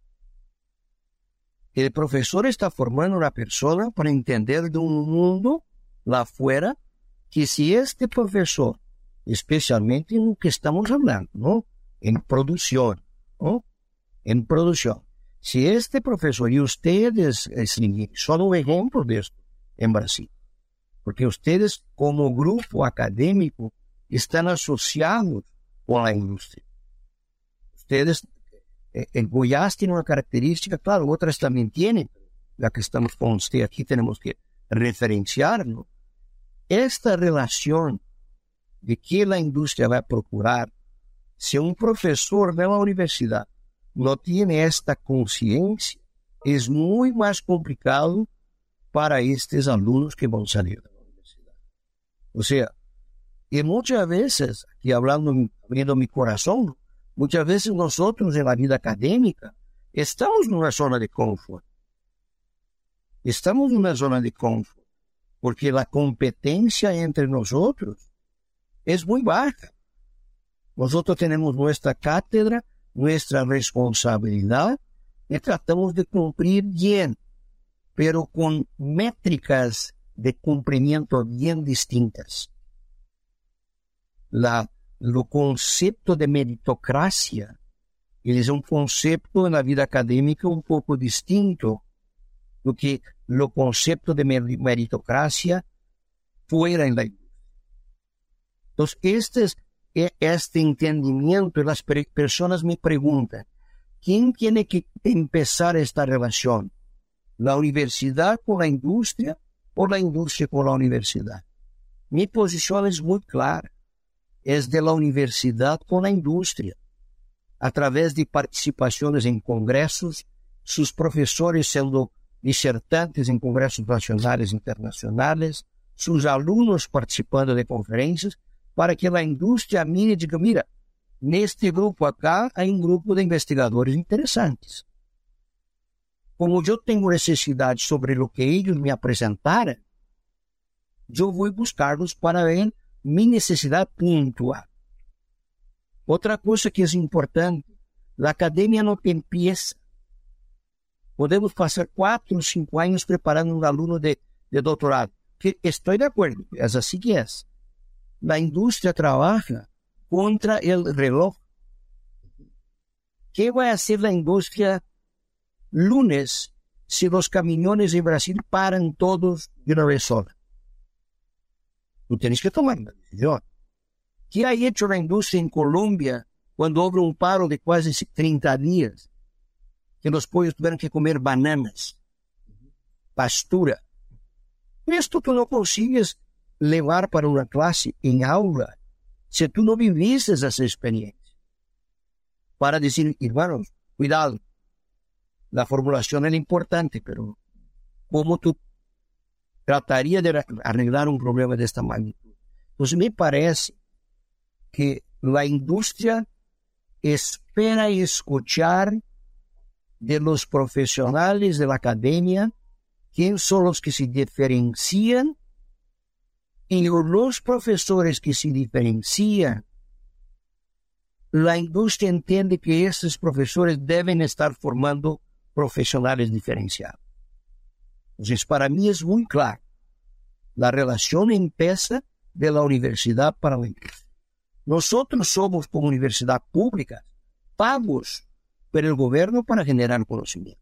D: El profesor está formando una persona para entender de un mundo lá afuera que si este profesor, especialmente en lo que estamos hablando, ¿no? En producción, ¿no? En producción. Si este profesor y ustedes son un ejemplo de esto en Brasil, porque ustedes como grupo académico están asociados con la industria. Ustedes, en Goiás tiene una característica, claro, otras también tienen, ya que estamos con usted aquí tenemos que referenciarlo. Esta relación de que la industria va a procurar, si un profesor de la universidad no tiene esta conciencia, es muy más complicado para estos alumnos que van a salir de la universidad. O sea, y muchas veces, aquí hablando, abriendo mi corazón, Muchas veces nosotros en la vida académica estamos en una zona de confort. Estamos en una zona de confort porque la competencia entre nosotros es muy baja. Nosotros tenemos nuestra cátedra, nuestra responsabilidad y tratamos de cumplir bien, pero con métricas de cumplimiento bien distintas. La, lo concepto de meritocracia es un concepto en la vida académica un poco distinto do que lo concepto de meritocracia fuera en la industria. Entonces, este, es, este entendimiento, las personas me preguntan, ¿quién tiene que empezar esta relación? ¿La universidad con la industria o la industria con la universidad? Mi posición es muy clara, es de la universidad con la industria, a través de participaciones en congresos, sus profesores siendo disertantes en congresos nacionales e internacionales, sus alumnos participando de conferencias, para que a indústria mire e diga, mira, neste grupo acá há um grupo de investigadores interessantes. Como eu tenho necessidade sobre o que eles me apresentaram, eu vou buscar-los para ver minha necessidade pontual. Outra coisa que é importante, a academia não tem peça. Podemos passar quatro ou cinco anos preparando um aluno de, de doutorado. Que estou de acordo, é assim que é. A indústria trabalha contra o reloj. ¿Qué vai fazer a indústria lunes se os caminhões em Brasil param todos de uma vez só? Tú tienes que tomar uma decisão. ¿Qué ha hecho a indústria em Colômbia quando houve um paro de quase trinta dias? Que os pollos tiveram que comer bananas, pastura. Isto tu não consigues levar para uma classe em aula se tu não vivisses essa experiência. Para dizer, irmãos, cuidado, a formulação é importante, pero como tu trataria de arreglar um problema desta magnitude? Então, me parece que a indústria espera escuchar de los profesionales de la academia, quién son los que se diferencian, y los profesores que se diferencian, la industria entiende que estos profesores deben estar formando profesionales diferenciados. Entonces, para mí es muy claro, la relación empieza de la universidad para la industria. Nosotros somos, como universidad pública, pagos por el gobierno para generar conocimiento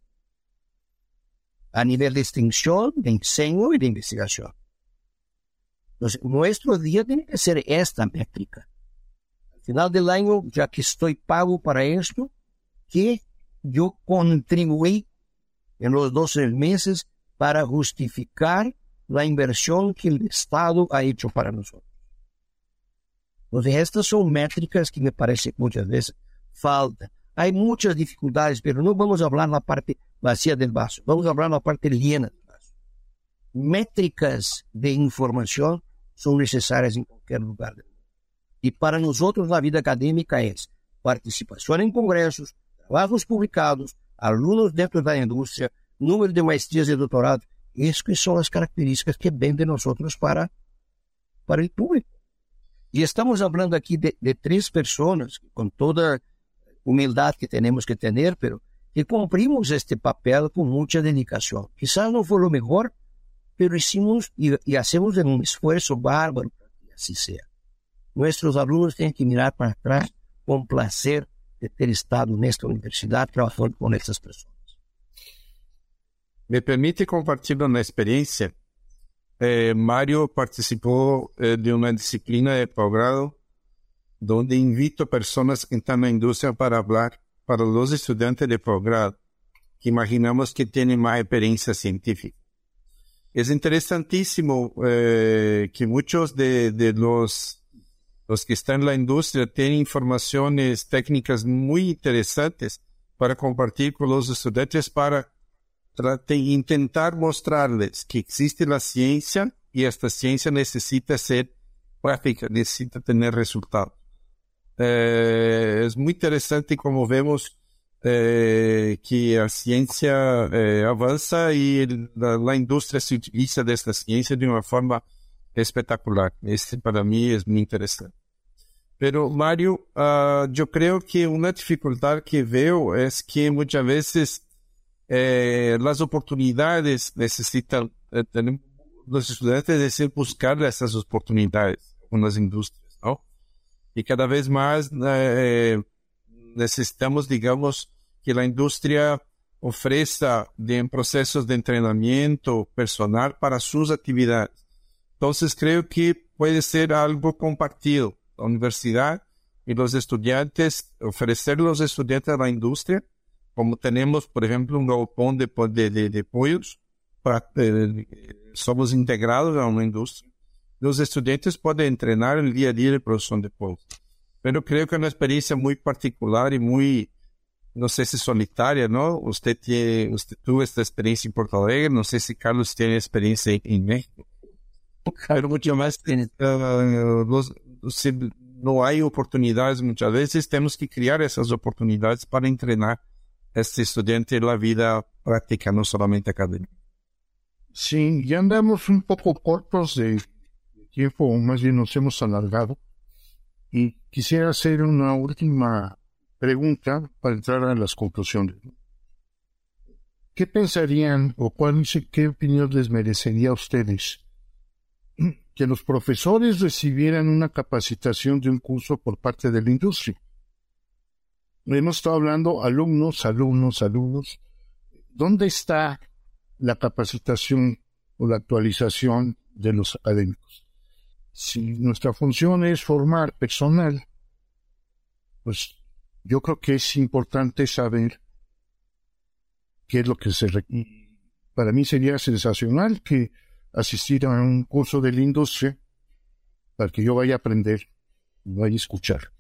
D: a nivel de extensión, de enseño y de investigación. Entonces, nuestro día tiene que ser esta métrica. Al final del año, ya que estoy pago para esto, que yo contribuí en los doce meses para justificar la inversión que el Estado ha hecho para nosotros. Entonces, estas son métricas que me parece que muchas veces faltan. Hay muchas dificultades, pero no vamos a hablar la parte vacía del vaso, vamos a hablar la parte llena del vaso. Métricas de información son necesarias en cualquier lugar del mundo. Y para nosotros la vida académica es participación en congresos, trabajos publicados, alumnos dentro de la industria, número de maestrías y doctorado. Esas que son las características que ven de nosotros para, para el público. Y estamos hablando aquí de, de tres personas, con toda humildad que tenemos que tener, pero que cumplimos este papel con mucha dedicación. Quizás no fue lo mejor, pero hicimos y, y hacemos un esfuerzo bárbaro para que así sea. Nuestros alumnos tienen que mirar para atrás con placer de ter estado en esta universidad trabajando con estas personas.
A: ¿Me permite compartir una experiencia? Eh, Mario participó eh, de una disciplina de posgrado donde invito personas que están en la industria para hablar para los estudiantes de posgrado, que imaginamos que tienen más experiencia científica. Es interesantísimo eh, que muchos de, de los, los que están en la industria tienen informaciones técnicas muy interesantes para compartir con los estudiantes para trate, intentar mostrarles que existe la ciencia y esta ciencia necesita ser práctica, necesita tener resultados. Eh, es muy interesante como vemos eh, que la ciencia eh, avanza y el, la, la industria se utiliza de esta ciencia de una forma espectacular. Este para mí es muy interesante. Pero Mario, uh, yo creo que una dificultad que veo es que muchas veces eh, las oportunidades necesitan, eh, tener, los estudiantes necesitan buscar esas oportunidades en las industrias, ¿no? Y cada vez más eh, necesitamos, digamos, que la industria ofrezca de procesos de entrenamiento personal para sus actividades. Entonces creo que puede ser algo compartido. La universidad y los estudiantes, ofrecer a los estudiantes a la industria, como tenemos, por ejemplo, un galpón de, de, de, de pollos, para, eh, somos integrados a una industria. Los estudiantes pueden entrenar el día a día de producción de pollos. Pero creo que es una experiencia muy particular y muy, no sé si solitaria, ¿no? Usted tiene, usted tuvo esta experiencia en Porto Alegre, no sé si Carlos tiene experiencia en, en México. Pero mucho más, uh, los, si no hay oportunidades muchas veces, tenemos que crear esas oportunidades para entrenar a este estudiante en la vida práctica, no solamente académica.
C: Sí, ya andamos un poco cortos de tiempo, o más bien nos hemos alargado, y quisiera hacer una última pregunta para entrar a las conclusiones. ¿Qué pensarían o cuál, qué opinión les merecería a ustedes que los profesores recibieran una capacitación de un curso por parte de la industria? Hemos estado hablando alumnos, alumnos, alumnos. ¿Dónde está la capacitación o la actualización de los académicos? Si nuestra función es formar personal, pues yo creo que es importante saber qué es lo que se requiere. Para mí sería sensacional que asistir a un curso de la industria para que yo vaya a aprender, vaya a escuchar.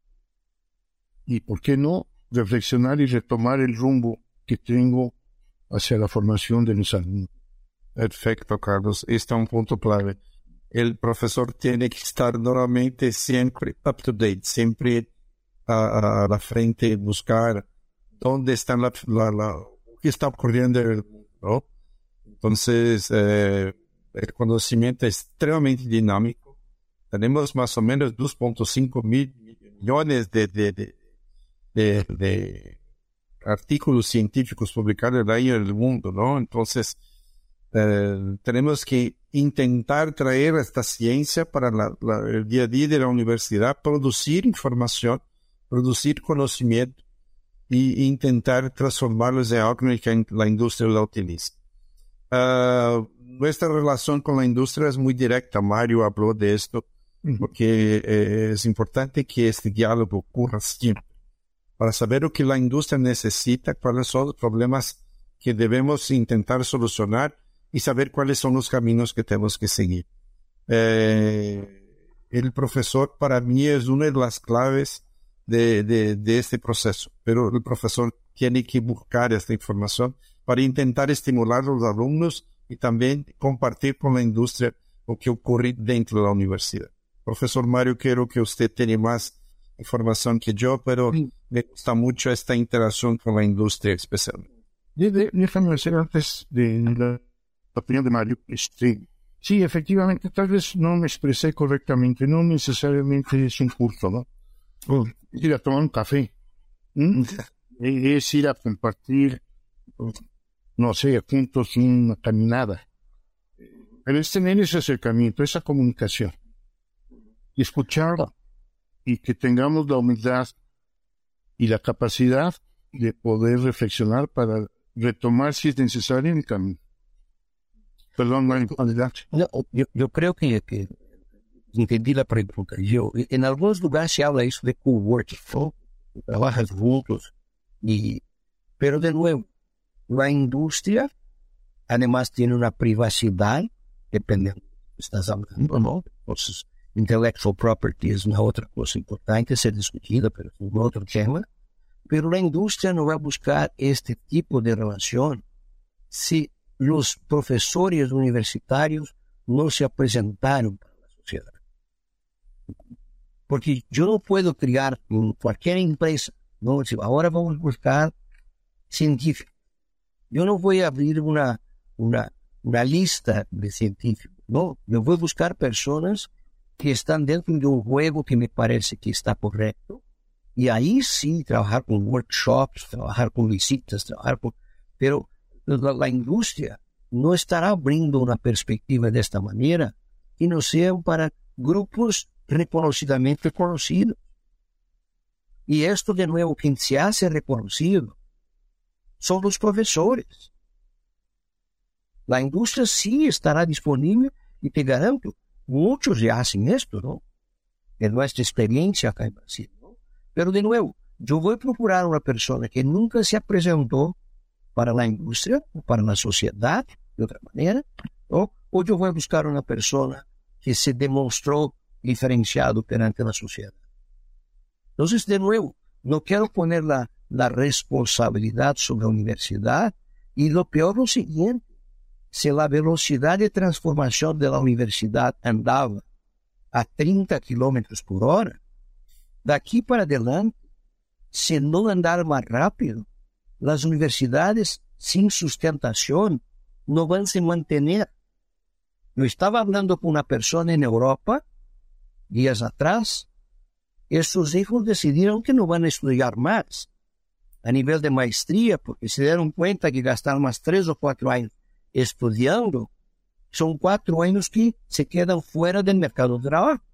C: Y por qué no reflexionar y retomar el rumbo que tengo hacia la formación de los alumnos.
A: Perfecto, Carlos. Este es un punto clave. El profesor tiene que estar normalmente siempre up to date, siempre a, a la frente, buscar dónde está la, la, la qué está ocurriendo en el mundo, ¿no? Entonces, eh, el conocimiento es extremadamente dinámico. Tenemos más o menos dos punto cinco mil millones de, de, de, de, de artículos científicos publicados al año en el mundo, ¿no? Entonces, eh, tenemos que intentar traer esta ciencia para la, la, el día a día de la universidad, producir información, producir conocimiento e intentar transformarlos en algo en que la industria la utilice. Uh, nuestra relación con la industria es muy directa. Mario habló de esto, porque eh, es importante que este diálogo ocurra siempre, para saber lo que la industria necesita, cuáles son los problemas que debemos intentar solucionar y saber cuáles son los caminos que tenemos que seguir. Eh, el profesor para mí es una de las claves de, de, de este proceso, pero el profesor tiene que buscar esta información para intentar estimular a los alumnos y también compartir con la industria lo que ocurre dentro de la universidad. Profesor Mario, quiero que usted tenga más información que yo, pero sí, me gusta mucho esta interacción con la industria especialmente.
C: Déjame decir antes de la opinión de Mario, este, sí, efectivamente, tal vez no me expresé correctamente, no necesariamente es un curso, ¿no? Oh, es ir a tomar un café, ¿Mm? es ir a compartir, no sé, juntos una caminada, pero es tener ese acercamiento, esa comunicación, y escuchar, y que tengamos la humildad y la capacidad de poder reflexionar para retomar si es necesario en el camino. Perdón, no, adelante.
D: No, yo, yo creo que, que entendí la pregunta. Yo, en algunos lugares se habla eso de coworking, ¿no? Trabajas juntos, y, pero de nuevo, la industria además tiene una privacidad, dependiendo de lo que estás hablando, ¿no? Entonces, intellectual property es una otra cosa importante a ser discutida, pero es un otro tema. Pero la industria no va a buscar este tipo de relación si los profesores universitarios no se presentaron para la sociedad. Porque yo no puedo criar en cualquier empresa, ¿no? Si ahora vamos a buscar científicos. Yo no voy a abrir una, una, una lista de científicos, no. Yo voy a buscar personas que están dentro de un juego que me parece que está correcto. Y ahí sí, trabajar con workshops, trabajar con visitas, trabajar con... Pero la, la industria no estará abriendo una perspectiva de esta manera que no sea para grupos reconocidamente conocidos. Y esto de nuevo, quien se hace reconocido son los profesores. La industria sí estará disponible y te garanto, muchos ya hacen esto, ¿no? En nuestra experiencia acá en Brasil, ¿no? Pero de nuevo, yo voy a procurar una persona que nunca se presentó para la industria o para la sociedad de otra manera, ¿no? O yo voy a buscar una persona que se demostró diferenciado perante la sociedad. Entonces, de nuevo, no quiero poner la, la responsabilidad sobre la universidad, y lo peor es lo siguiente: si la velocidad de transformación de la universidad andaba a treinta kilómetros por hora, de aquí para adelante, si no andar más rápido, las universidades sin sustentación no van a se mantener. Yo estaba hablando con una persona en Europa días atrás, y sus hijos decidieron que no van a estudiar más a nivel de maestría, porque se dieron cuenta que gastar más tres o cuatro años estudiando, son cuatro años que se quedan fuera del mercado de trabajo.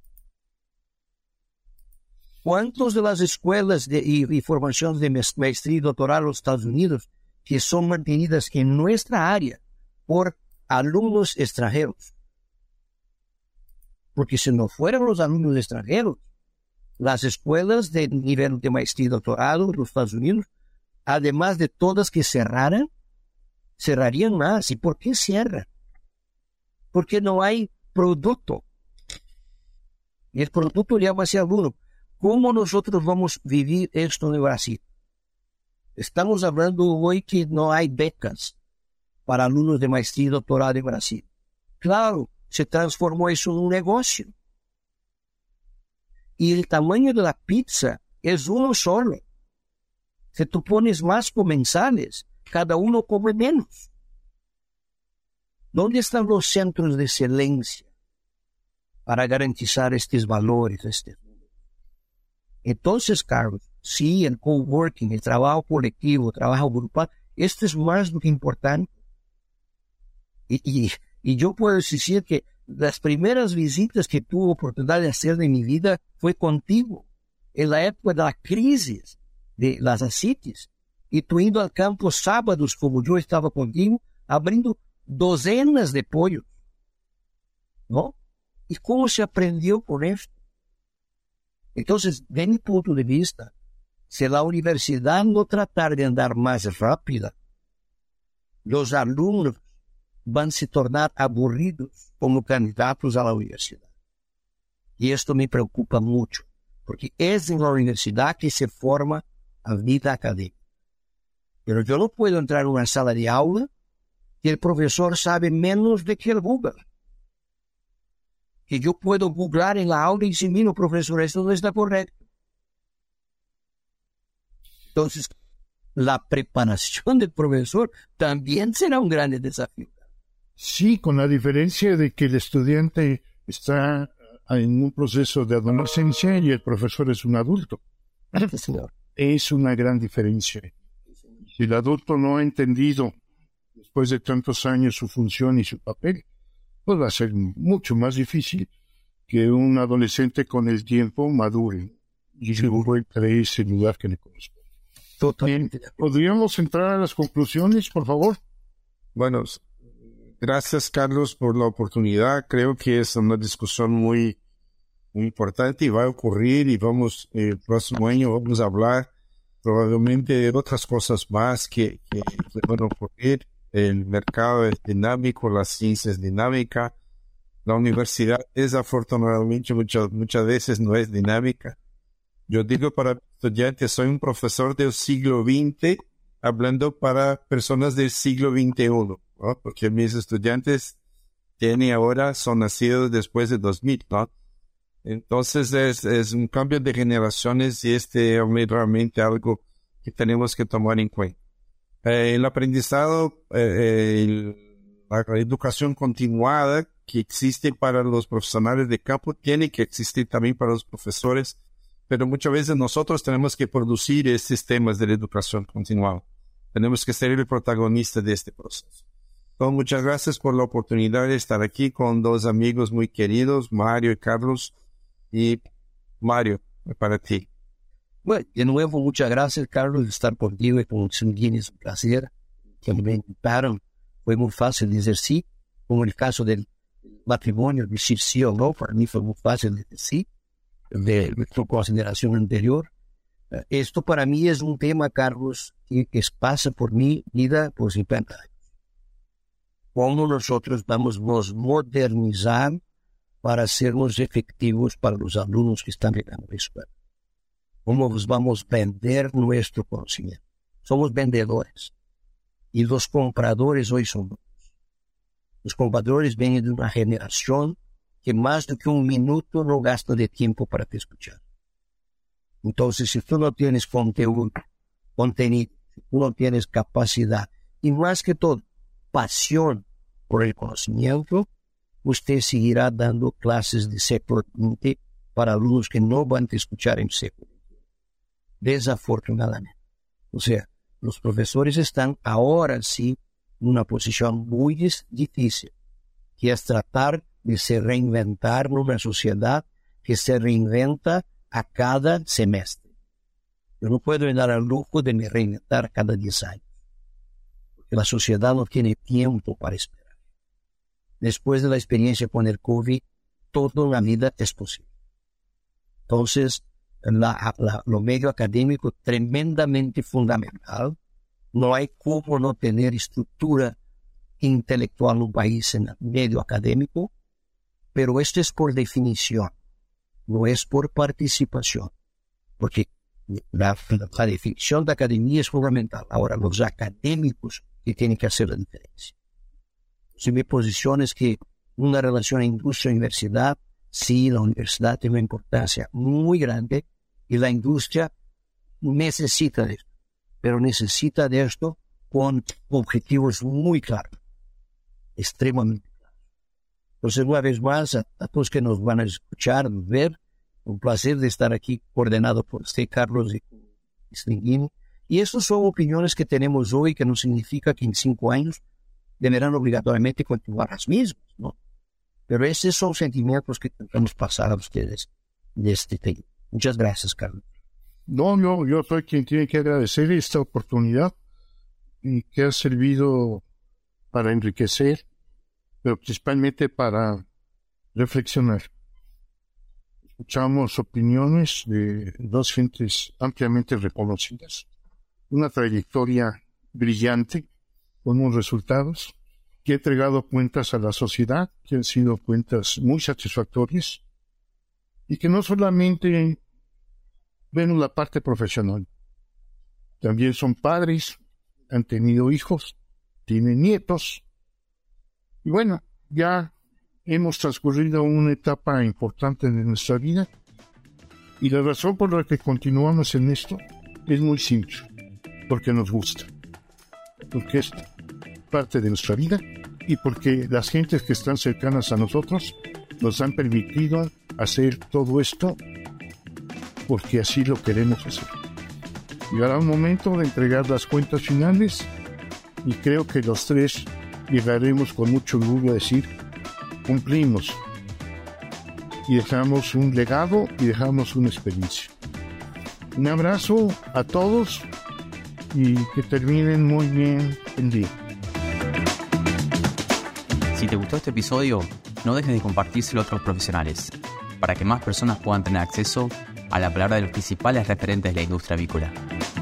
D: ¿Cuántas de las escuelas de, y, y formaciones de maestría y doctorado en los Estados Unidos que son mantenidas en nuestra área por alumnos extranjeros? Porque si no fueran los alumnos extranjeros, las escuelas de nivel de maestría y doctorado en los Estados Unidos, además de todas que cerraran, cerrarían más. ¿Y por qué cierran? Porque no hay producto. Y el producto llama hacia alumno. ¿Cómo nosotros vamos a vivir esto en Brasil? Estamos hablando hoy que no hay becas para alumnos de maestría y doctorado en Brasil. Claro, se transformó eso en un negocio. Y el tamaño de la pizza es uno solo. Si tú pones más comensales, cada uno come menos. ¿Dónde están los centros de excelencia para garantizar estos valores? Este? Entonces, Carlos, sí, el coworking, el trabajo colectivo, el trabajo grupal, esto es más lo que importante. Y, y, y yo puedo decir que las primeras visitas que tuve oportunidad de hacer en mi vida fue contigo, en la época de la crisis de las asitis, y tú indo al campo sábados, como yo estaba contigo, abriendo docenas de pollos, ¿no? ¿Y cómo se aprendió con esto? Entonces, de mi punto de vista, si la universidad no tratar de andar más rápida, los alumnos van a se tornar aburridos como candidatos a la universidad. Y esto me preocupa mucho, porque es en la universidad que se forma la vida académica. Pero yo no puedo entrar en una sala de aula que el profesor sabe menos de que el Google. Que yo puedo googlar en la aula y decir, mira, profesor, esto no está correcto. Entonces, la preparación del profesor también será un gran desafío.
C: Sí, con la diferencia de que el estudiante está en un proceso de adolescencia y el profesor es un adulto.
D: Señor.
C: Es una gran diferencia. Si el adulto no ha entendido después de tantos años su función y su papel, pues va a ser mucho más difícil que un adolescente con el tiempo madure y se encuentre ese lugar que le corresponde.
D: Totalmente.
C: ¿Podríamos entrar a las conclusiones, por favor?
A: Bueno, gracias, Carlos, por la oportunidad. Creo que es una discusión muy, muy importante y va a ocurrir, y vamos, el próximo año vamos a hablar probablemente de otras cosas más que, que, que van a ocurrir. El mercado es dinámico, la ciencia es dinámica. La universidad, desafortunadamente, muchas, muchas veces no es dinámica. Yo digo para estudiantes, soy un profesor del siglo veinte, hablando para personas del siglo veintiuno, ¿no? Porque mis estudiantes tienen ahora, son nacidos después de dos mil, ¿no? Entonces es, es un cambio de generaciones y este es realmente algo que tenemos que tomar en cuenta. Eh, el aprendizado, eh, el, la educación continuada que existe para los profesionales de campo tiene que existir también para los profesores, pero muchas veces nosotros tenemos que producir estos temas de la educación continuada. Tenemos que ser el protagonista de este proceso. Entonces, muchas gracias por la oportunidad de estar aquí con dos amigos muy queridos, Mario y Carlos. Y Mario, para ti.
D: Bueno, de nuevo, muchas gracias, Carlos, de estar contigo y con Xinguini. Es un placer que me invitaron. Fue muy fácil decir sí, como el caso del matrimonio, decir sí o no. Para mí fue muy fácil decir sí, de tu consideración anterior. Uh, esto para mí es un tema, Carlos, que, que pasa por mi vida por cincuenta años. Cómo nosotros vamos a nos modernizar para sermos efectivos para los alumnos que están llegando a la escuela. ¿Cómo nos vamos a vender nuestro conocimiento? Somos vendedores. Y los compradores hoy son otros. Los compradores vienen de una generación que más de que un minuto no gasta de tiempo para te escuchar. Entonces, si tú no tienes contenido, contenido, si tú no tienes capacidad, y más que todo, pasión por el conocimiento, usted seguirá dando clases de século veinte para alumnos que no van a escuchar en século veintiuno. Desafortunadamente. O sea, los profesores están ahora sí en una posición muy difícil, que es tratar de se reinventar en una sociedad que se reinventa a cada semestre. Yo no puedo dar al lujo de me reinventar cada diez años, porque la sociedad no tiene tiempo para esperar. Después de la experiencia con el COVID, toda la vida es posible. Entonces, la, la, lo medio académico tremendamente fundamental. No hay cómo no tener estructura intelectual en un país en el medio académico, pero esto es por definición, no es por participación, porque la, la definición de academia es fundamental. Ahora, los académicos que tienen que hacer la diferencia. Si mi posición es que una relación industria-universidad, sí, la universidad tiene una importancia muy grande y la industria necesita de esto, pero necesita de esto con objetivos muy claros, extremadamente claros. Entonces, una vez más, a, a todos que nos van a escuchar, ver, un placer de estar aquí coordinado por usted, Carlos y Xinguini. Y estas son opiniones que tenemos hoy, que no significa que en cinco años deberán obligatoriamente continuar las mismas, ¿no? Pero esos son sentimientos que intentamos pasar a ustedes de este tema. Muchas gracias, Carlos.
C: No, no, yo soy quien tiene que agradecer esta oportunidad y que ha servido para enriquecer, pero principalmente para reflexionar. Escuchamos opiniones de dos gentes ampliamente reconocidas, una trayectoria brillante, con unos resultados, que ha entregado cuentas a la sociedad, que han sido cuentas muy satisfactorias, y que no solamente ven la parte profesional, también son padres, han tenido hijos, tienen nietos, y bueno, ya hemos transcurrido una etapa importante de nuestra vida, y la razón por la que continuamos en esto es muy simple, porque nos gusta. Porque es parte de nuestra vida y porque las gentes que están cercanas a nosotros nos han permitido hacer todo esto porque así lo queremos hacer. Llegará un momento de entregar las cuentas finales y creo que los tres llegaremos con mucho orgullo a decir cumplimos y dejamos un legado y dejamos una experiencia. Un abrazo a todos y que terminen muy bien el día.
B: Si te gustó este episodio, no dejes de compartírselo a otros profesionales, para que más personas puedan tener acceso a la palabra de los principales referentes de la industria avícola.